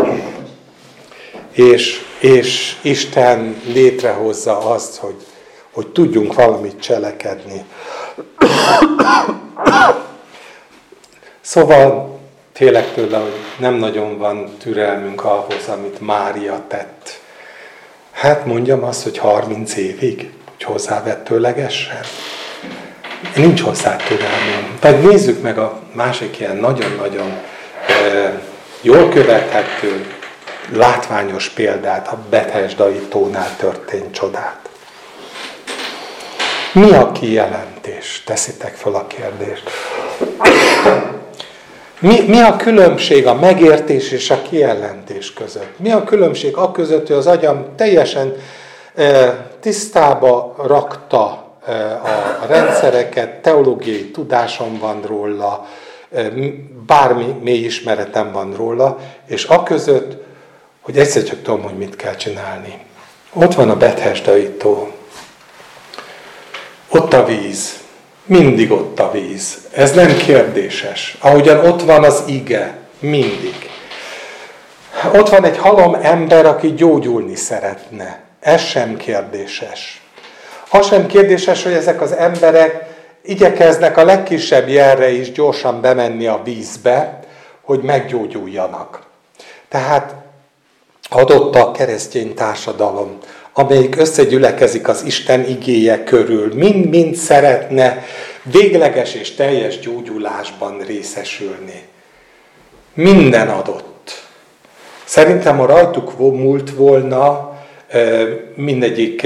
és Isten létrehozza azt, hogy tudjunk valamit cselekedni. Szóval félek tőle, hogy nem nagyon van türelmünk ahhoz, amit Mária tett. Hát mondjam azt, hogy 30 évig, hogy hozzávetőlegesen. Nincs hozzá türelmünk. Vagy nézzük meg a másik ilyen nagyon-nagyon jól követhető, látványos példát, a Bethesdai tónál történt csodát. Mi a kijelentés? Teszitek fel a kérdést. Mi a különbség a megértés és a kijelentés között? Mi a különbség a között, hogy az agyam teljesen tisztába rakta a rendszereket, teológiai tudásom van róla, bármi mély ismeretem van róla, és a között, hogy egyszer csak tudom, hogy mit kell csinálni. Ott van a Bethesdai tó. Ott a víz. Mindig ott a víz. Ez nem kérdéses. Ahogyan ott van az ige. Mindig. Ott van egy halom ember, aki gyógyulni szeretne. Ez sem kérdéses. Az sem kérdéses, hogy ezek az emberek igyekeznek a legkisebb jelre is gyorsan bemenni a vízbe, hogy meggyógyuljanak. Tehát adott a keresztény társadalom, amelyik összegyülekezik az Isten igéje körül, mind-mind szeretne végleges és teljes gyógyulásban részesülni. Minden adott. Szerintem, ha rajtuk múlt volna, mindegyik,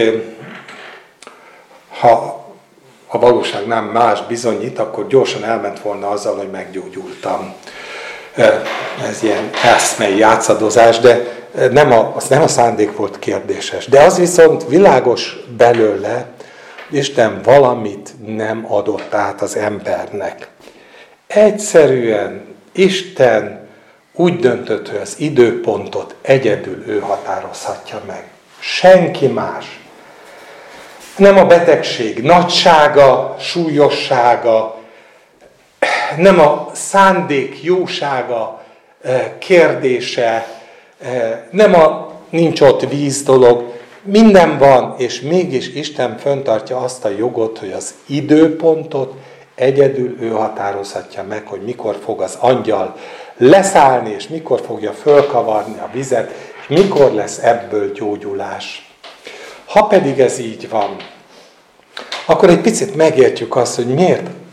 ha a valóság nem más bizonyít, akkor gyorsan elment volna azzal, hogy meggyógyultam. Ez ilyen eszmei játszadozás, de az nem a szándék volt kérdéses. De az viszont világos belőle, Isten valamit nem adott át az embernek. Egyszerűen Isten úgy döntött, hogy az időpontot egyedül ő határozhatja meg. Senki más. Nem a betegség nagysága, súlyossága, nem a szándék jósága kérdése, nincs ott víz dolog, minden van, és mégis Isten fenntartja azt a jogot, hogy az időpontot egyedül ő határozhatja meg, hogy mikor fog az angyal leszállni, és mikor fogja fölkavarni a vizet, és mikor lesz ebből gyógyulás. Ha pedig ez így van, akkor egy picit megértjük azt, hogy miért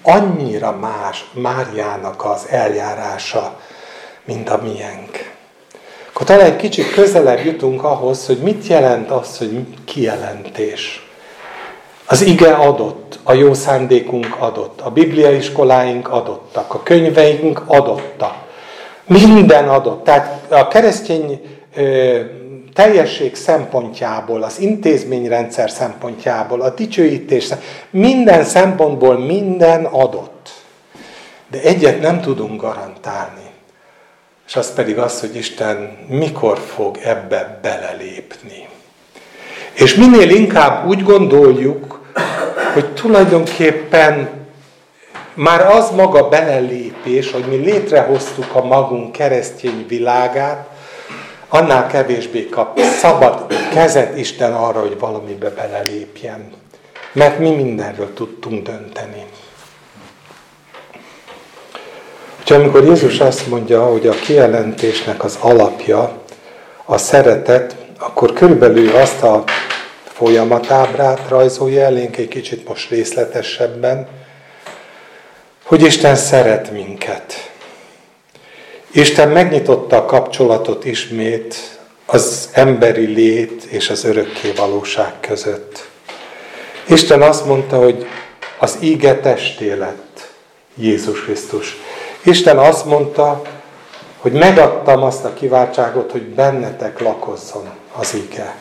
annyira más Máriának az eljárása, mint a miénk. Akkor talán egy kicsit közelebb jutunk ahhoz, hogy mit jelent az, hogy kijelentés. Az ige adott, a jó szándékunk adott, a bibliaiskoláink adottak, a könyveink adottak. Minden adott. Tehát a keresztény teljesség szempontjából, az intézményrendszer szempontjából, a dicsőítés, minden szempontból minden adott. De egyet nem tudunk garantálni. És az pedig az, hogy Isten mikor fog ebbe belelépni. És minél inkább úgy gondoljuk, hogy tulajdonképpen már az maga belelépés, hogy mi létrehoztuk a magunk keresztény világát, annál kevésbé kap szabad kezet Isten arra, hogy valamibe belelépjen. Mert mi mindenről tudtunk dönteni. Úgyhogy amikor Jézus azt mondja, hogy a kijelentésnek az alapja a szeretet, akkor körülbelül azt a folyamatábrát rajzolja elénk egy kicsit most részletesebben, hogy Isten szeret minket. Isten megnyitotta a kapcsolatot ismét az emberi lét és az örökké valóság között. Isten azt mondta, hogy az íge testé lett, Jézus Krisztus. Isten azt mondta, hogy megadtam azt a kiváltságot, hogy bennetek lakozzon az ige.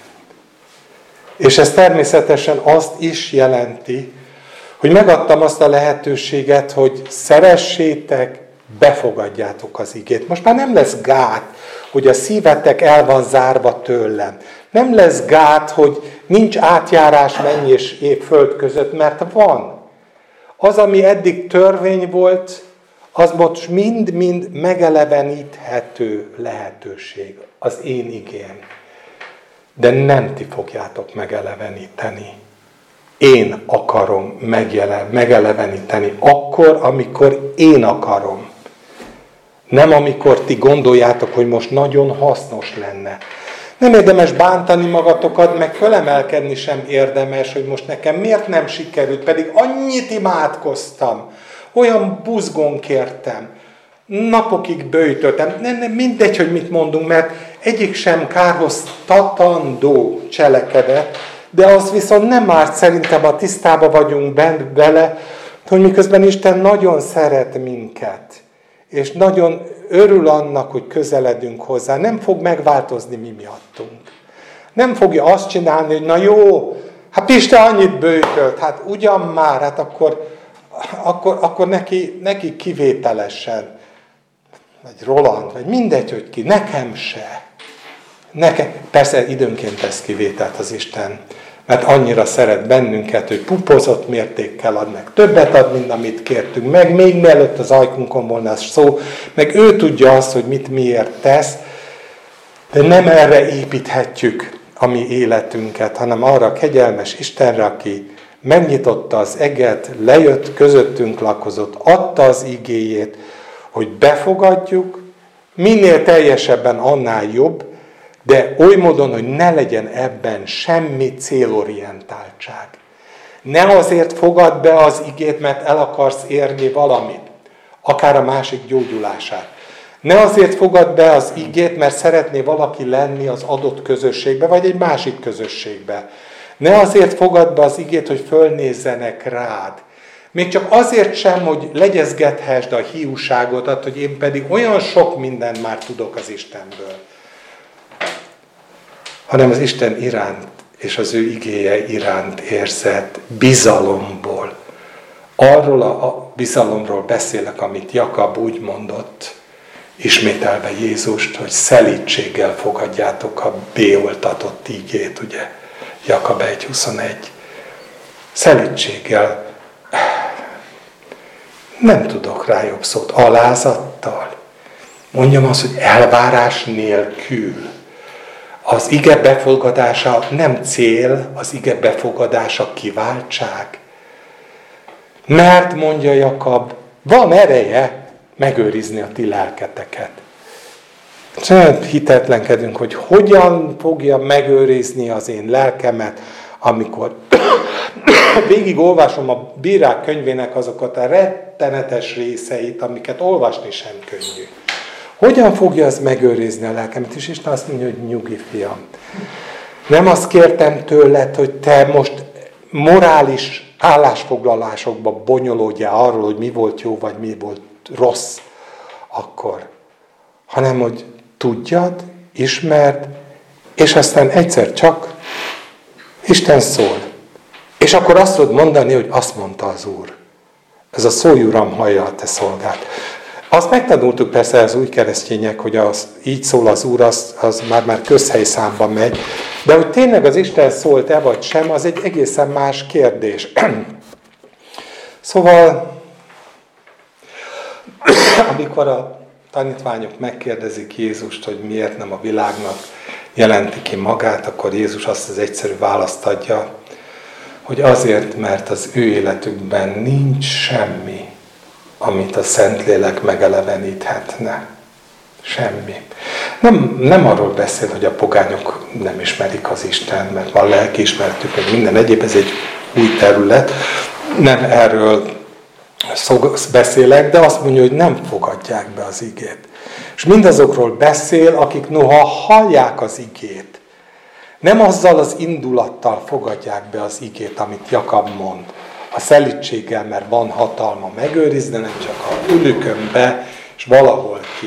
És ez természetesen azt is jelenti, hogy megadtam azt a lehetőséget, hogy szeressétek, befogadjátok az igét. Most már nem lesz gát, hogy a szívetek el van zárva tőlem. Nem lesz gát, hogy nincs átjárás menny és ég föld között, mert van. Az, ami eddig törvény volt, az most mind-mind megeleveníthető lehetőség. Az én igém. De nem ti fogjátok megeleveníteni. Én akarom megeleveníteni. Akkor, amikor én akarom. Nem amikor ti gondoljátok, hogy most nagyon hasznos lenne. Nem érdemes bántani magatokat, meg fölemelkedni sem érdemes, hogy most nekem miért nem sikerült, pedig annyit imádkoztam, olyan buzgón kértem, napokig böjtöltem, nem mindegy, hogy mit mondunk, mert egyik sem kárhoztatandó cselekedet, de az viszont nem árt, szerintem a tisztába vagyunk vele, hogy miközben Isten nagyon szeret minket, és nagyon örül annak, hogy közeledünk hozzá. Nem fog megváltozni mi miattunk. Nem fogja azt csinálni, hogy na jó, hát Piste annyit böjtölt, hát ugyan már, hát akkor neki kivételesen, vagy Roland, vagy mindegy, hogy ki, nekem se. Persze időnként tesz kivételt az Isten, mert annyira szeret bennünket, hogy pupozott mértékkel ad meg. Többet ad, mint amit kértünk meg, még mielőtt az ajkunkon volna szó, meg ő tudja azt, hogy mit miért tesz, de nem erre építhetjük a mi életünket, hanem arra a kegyelmes Istenre, aki megnyitotta az eget, lejött, közöttünk lakozott, adta az igéjét, hogy befogadjuk, minél teljesebben annál jobb, de oly módon, hogy ne legyen ebben semmi célorientáltság. Ne azért fogad be az igét, mert el akarsz érni valamit, akár a másik gyógyulását. Ne azért fogad be az igét, mert szeretné valaki lenni az adott közösségbe, vagy egy másik közösségbe. Ne azért fogad be az igét, hogy fölnézzenek rád. Még csak azért sem, hogy legyezgethesd a hiúságodat, hogy én pedig olyan sok mindent már tudok az Istenből. Hanem az Isten iránt és az ő igéje iránt érzett bizalomból. Arról a bizalomról beszélek, amit Jakab úgy mondott, ismételve Jézust, hogy szelídséggel fogadjátok a béoltatott igét, ugye? Jakab 1.21. Szelídséggel. Nem tudok rá jobb szót. Alázattal. Mondjam azt, hogy elvárás nélkül. Az ige befogadása nem cél, az ige befogadása kiváltság. Mert, mondja Jakab, van ereje megőrizni a ti lelketeket. Hitetlenkedünk, hogy hogyan fogja megőrizni az én lelkemet, amikor végig olvasom a Bírák könyvének azokat a rettenetes részeit, amiket olvasni sem könnyű. Hogyan fogja az megőrizni a lelkemet? És Isten azt mondja, hogy nyugi, fiam. Nem azt kértem tőled, hogy te most morális állásfoglalásokba bonyolódjál arról, hogy mi volt jó, vagy mi volt rossz akkor. Hanem, hogy tudjad, ismerd, és aztán egyszer csak Isten szól. És akkor azt tudod mondani, hogy azt mondta az Úr. Ez a szólj, Uram, hallja a te szolgát. Azt megtanultuk persze az új keresztények, hogy így szól az Úr, az már közhelyszámba megy. De hogy tényleg az Isten szólt-e vagy sem, az egy egészen más kérdés. Szóval, amikor a tanítványok megkérdezik Jézust, hogy miért nem a világnak jelenti ki magát, akkor Jézus azt az egyszerű választ adja, hogy azért, mert az ő életükben nincs semmi, amit a Szentlélek megeleveníthetne. Semmi. Nem arról beszél, hogy a pogányok nem ismerik az Istent, mert van lelkiismeretük, meg minden egyéb, ez egy új terület. Nem erről beszélek, de azt mondja, hogy nem fogadják be az igét. És mindazokról beszél, akik noha hallják az igét, nem azzal az indulattal fogadják be az igét, amit Jakab mond, a szelídséggel, mert van hatalma megőrizni, nem csak a ülükön be, és valahol ki.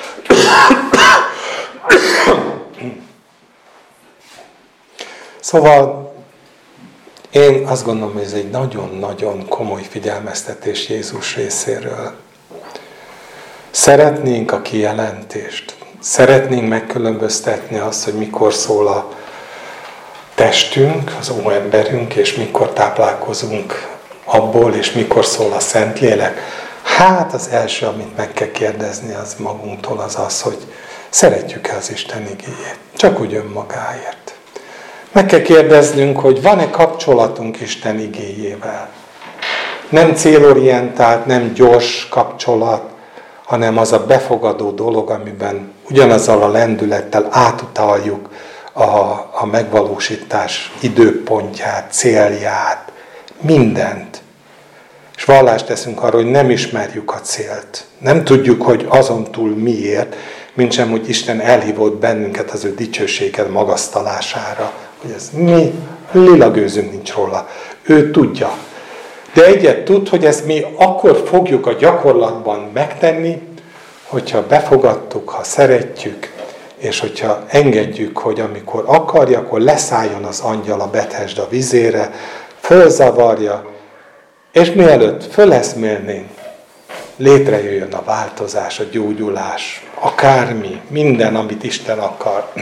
Szóval én azt gondolom, hogy ez egy nagyon-nagyon komoly figyelmeztetés Jézus részéről. Szeretnénk a kijelentést. Szeretnénk megkülönböztetni azt, hogy mikor szól a testünk, az óemberünk, és mikor táplálkozunk abból, és mikor szól a Szentlélek. Hát az első, amit meg kell kérdezni az magunktól, az az, hogy szeretjük-e az Isten igéjét. Csak úgy önmagáért. Meg kell kérdeznünk, hogy van-e kapcsolatunk Isten igéjével. Nem célorientált, nem gyors kapcsolat, hanem az a befogadó dolog, amiben ugyanazzal a lendülettel átutaljuk a megvalósítás időpontját, célját, mindent. És vallást teszünk arra, hogy nem ismerjük a célt. Nem tudjuk, hogy azon túl miért, mintsem, hogy Isten elhívott bennünket az ő dicsőséged magasztalására. Hogy ez mi, lila gőzünk nincs róla. Ő tudja. De egyet tud, hogy ezt mi akkor fogjuk a gyakorlatban megtenni, hogyha befogadtuk, ha szeretjük, és hogyha engedjük, hogy amikor akarja, akkor leszálljon az angyal a Bethesd a vizére, fölzavarja, és mielőtt föleszmélnénk, létrejöjjön a változás, a gyógyulás, akármi, minden, amit Isten akar.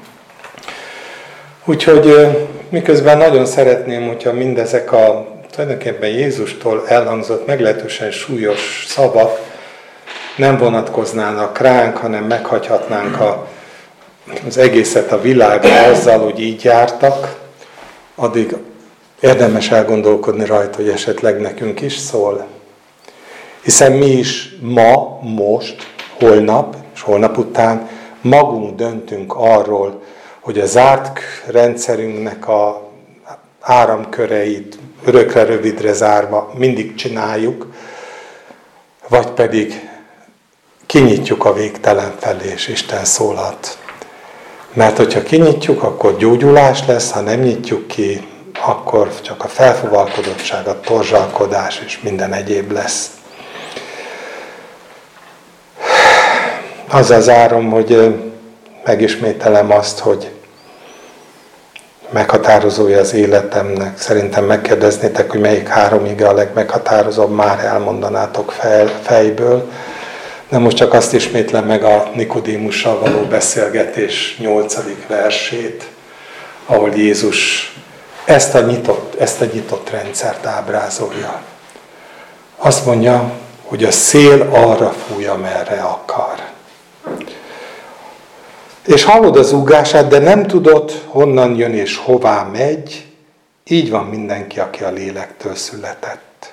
Úgyhogy miközben nagyon szeretném, hogyha mindezek a tulajdonképpen Jézustól elhangzott meglehetősen súlyos szavak nem vonatkoznának ránk, hanem meghagyhatnánk az egészet a világra azzal, hogy így jártak, addig érdemes elgondolkodni rajta, hogy esetleg nekünk is szól. Hiszen mi is ma, most, holnap és holnap után magunk döntünk arról, hogy a zárt rendszerünknek a áramköreit örökre, rövidre zárva mindig csináljuk, vagy pedig kinyitjuk a végtelen felé, és Isten szólhat. Mert hogyha kinyitjuk, akkor gyógyulás lesz, ha nem nyitjuk ki, akkor csak a felfuvalkodottság, a torzsalkodás és minden egyéb lesz. Azzal zárom, hogy megismételem azt, hogy meghatározója az életemnek. Szerintem megkérdeznétek, hogy melyik 3 ige a legmeghatározóbb, már elmondanátok fejből. De most csak azt ismétlem meg a Nikodémussal való beszélgetés 8. versét, ahol Jézus ezt a nyitott rendszert ábrázolja. Azt mondja, hogy a szél arra fúj, amerre akar. És hallod az zúgását, de nem tudod, honnan jön és hová megy. Így van mindenki, aki a lélektől született.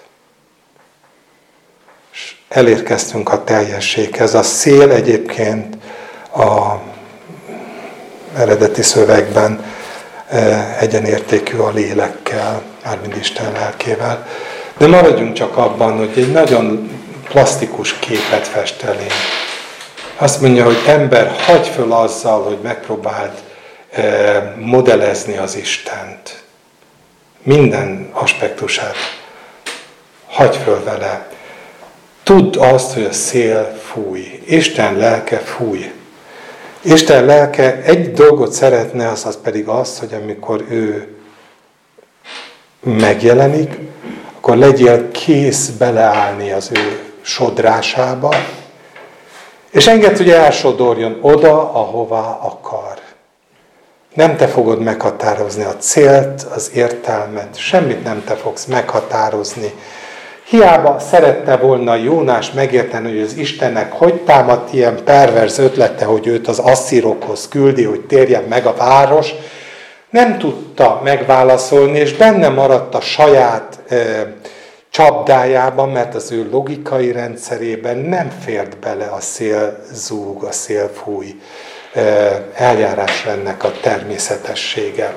És elérkeztünk a teljességhez. A szél egyébként a eredeti szövegben egyenértékű a lélekkel, mármint Isten lelkével. De maradjunk csak abban, hogy egy nagyon plastikus képet fest elénk. Azt mondja, hogy ember, hagyj föl azzal, hogy megpróbáld modellezni az Istent. Minden aspektusát. Hagyj föl vele. Tudd azt, hogy a szél fúj. Isten lelke fúj. Isten lelke egy dolgot szeretne, az pedig az, hogy amikor ő megjelenik, akkor legyél kész beleállni az ő sodrásába, és engedd, hogy elsodorjon oda, ahová akar. Nem te fogod meghatározni a célt, az értelmet, semmit nem te fogsz meghatározni. Hiába szerette volna Jónás megérteni, hogy az Istennek hogy támadt ilyen perverz ötlete, hogy őt az asszírokhoz küldi, hogy térjen meg a város, nem tudta megválaszolni, és benne maradt a saját csapdájában, mert az ő logikai rendszerében nem fért bele a szélzúg, a szélfúj eljárásrendnek a természetessége.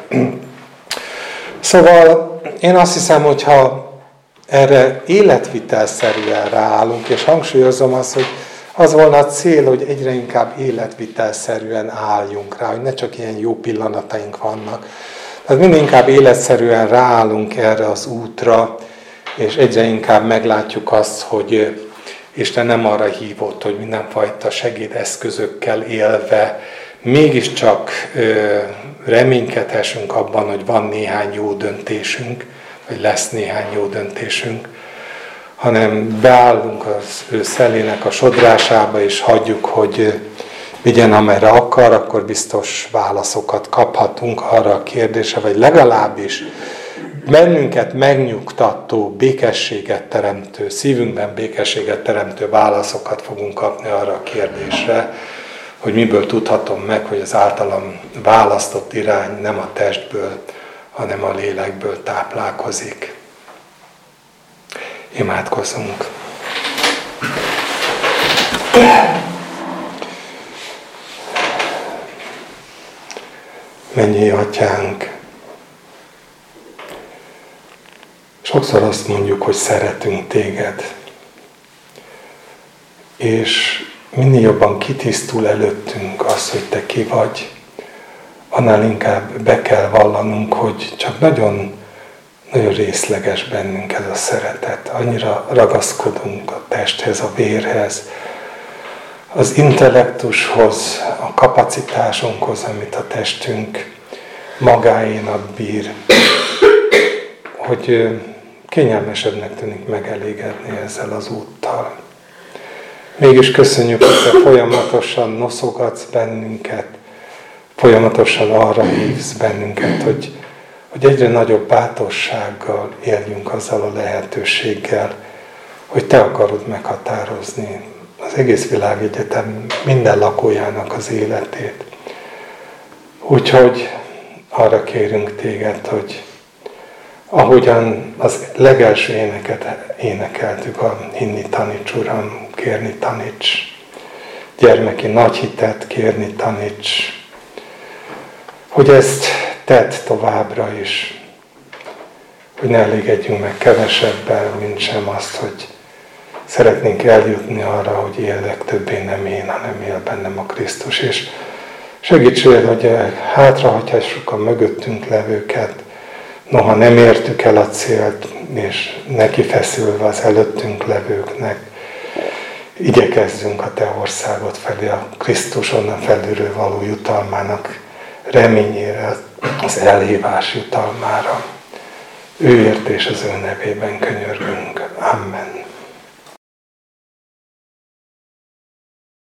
Szóval én azt hiszem, hogyha erre életvitelszerűen ráállunk, és hangsúlyozom azt, hogy az volna a cél, hogy egyre inkább életvitelszerűen álljunk rá, hogy ne csak ilyen jó pillanataink vannak. Tehát minél inkább életszerűen ráállunk erre az útra, és egyre inkább meglátjuk azt, hogy Isten nem arra hívott, hogy mindenfajta segédeszközökkel élve mégiscsak reménykedhessünk abban, hogy van néhány jó döntésünk, vagy lesz néhány jó döntésünk, hanem beállunk az ő szellének a sodrásába, és hagyjuk, hogy vigyen amerre akar, akkor biztos válaszokat kaphatunk arra a kérdésre, vagy legalábbis bennünket megnyugtató, békességet teremtő, szívünkben békességet teremtő válaszokat fogunk kapni arra a kérdésre, hogy miből tudhatom meg, hogy az általam választott irány nem a testből, hanem a lélekből táplálkozik. Imádkozzunk! Mennyei Atyánk! Sokszor azt mondjuk, hogy szeretünk Téged, és minél jobban kitisztul előttünk az, hogy Te ki vagy, annál inkább be kell vallanunk, hogy csak nagyon, nagyon részleges bennünk ez a szeretet. Annyira ragaszkodunk a testhez, a vérhez, az intellektushoz, a kapacitásunkhoz, amit a testünk magáénak bír, hogy kényelmesebbnek tűnik megelégedni ezzel az úttal. Mégis köszönjük, hogy Te folyamatosan noszogatsz bennünket, folyamatosan arra hívsz bennünket, hogy egyre nagyobb bátorsággal éljünk azzal a lehetőséggel, hogy Te akarod meghatározni az egész világegyetem minden lakójának az életét. Úgyhogy arra kérünk Téged, hogy ahogyan az legelső éneket énekeltük, a hinni taníts, Uram, kérni taníts, gyermeki nagy hitet kérni taníts, hogy ezt tedd továbbra is, hogy ne elégedjünk meg kevesebbel, mint sem azt, hogy szeretnénk eljutni arra, hogy élek többé nem én, hanem él bennem a Krisztus. És segítsél, hogy hátrahagyhassuk a mögöttünk levőket, noha nem értük el a célt, és neki feszülve az előttünk levőknek, igyekezzünk a Te országot felé, a Krisztus onnan felülről való jutalmának reményére, az elhívás jutalmára. Őért és az ő nevében könyörgünk. Amen.